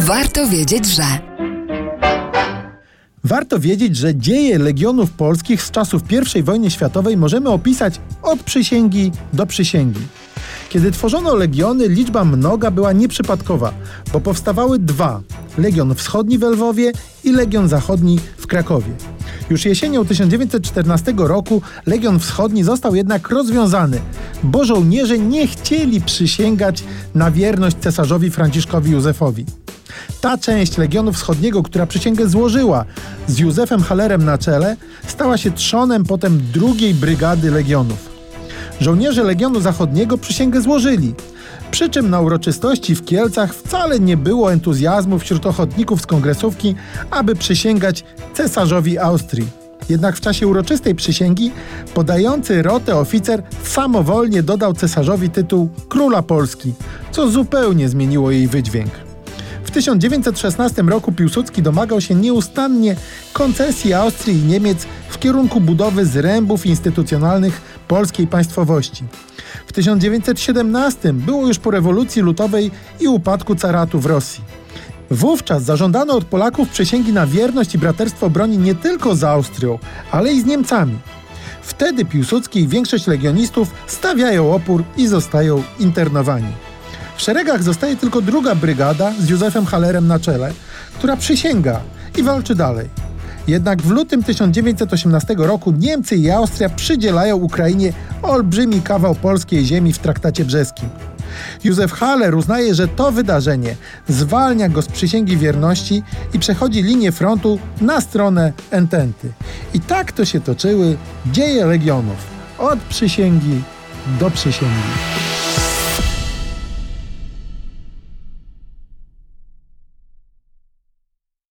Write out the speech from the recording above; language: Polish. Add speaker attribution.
Speaker 1: Warto wiedzieć, że...
Speaker 2: Warto wiedzieć, że dzieje legionów polskich z czasów I wojny światowej możemy opisać od przysięgi do przysięgi. Kiedy tworzono legiony, liczba mnoga była nieprzypadkowa, bo powstawały dwa: Legion Wschodni w Lwowie i Legion Zachodni w Krakowie. Już jesienią 1914 roku Legion Wschodni został jednak rozwiązany, bo żołnierze nie chcieli przysięgać na wierność cesarzowi Franciszkowi Józefowi. Ta część Legionu Wschodniego, która przysięgę złożyła z Józefem Hallerem na czele, stała się trzonem potem II Brygady Legionów. Żołnierze Legionu Zachodniego przysięgę złożyli, przy czym na uroczystości w Kielcach wcale nie było entuzjazmu wśród ochotników z kongresówki, aby przysięgać cesarzowi Austrii. Jednak w czasie uroczystej przysięgi podający rotę oficer samowolnie dodał cesarzowi tytuł Króla Polski, co zupełnie zmieniło jej wydźwięk. W 1916 roku Piłsudski domagał się nieustannie koncesji Austrii i Niemiec w kierunku budowy zrębów instytucjonalnych polskiej państwowości. W 1917 było już po rewolucji lutowej i upadku caratu w Rosji. Wówczas zażądano od Polaków przysięgi na wierność i braterstwo broni nie tylko z Austrią, ale i z Niemcami. Wtedy Piłsudski i większość legionistów stawiają opór i zostają internowani. W szeregach zostaje tylko II Brygada z Józefem Hallerem na czele, która przysięga i walczy dalej. Jednak w lutym 1918 roku Niemcy i Austria przydzielają Ukrainie olbrzymi kawał polskiej ziemi w traktacie brzeskim. Józef Haller uznaje, że to wydarzenie zwalnia go z przysięgi wierności i przechodzi linię frontu na stronę ententy. I tak to się toczyły dzieje legionów, od przysięgi do przysięgi.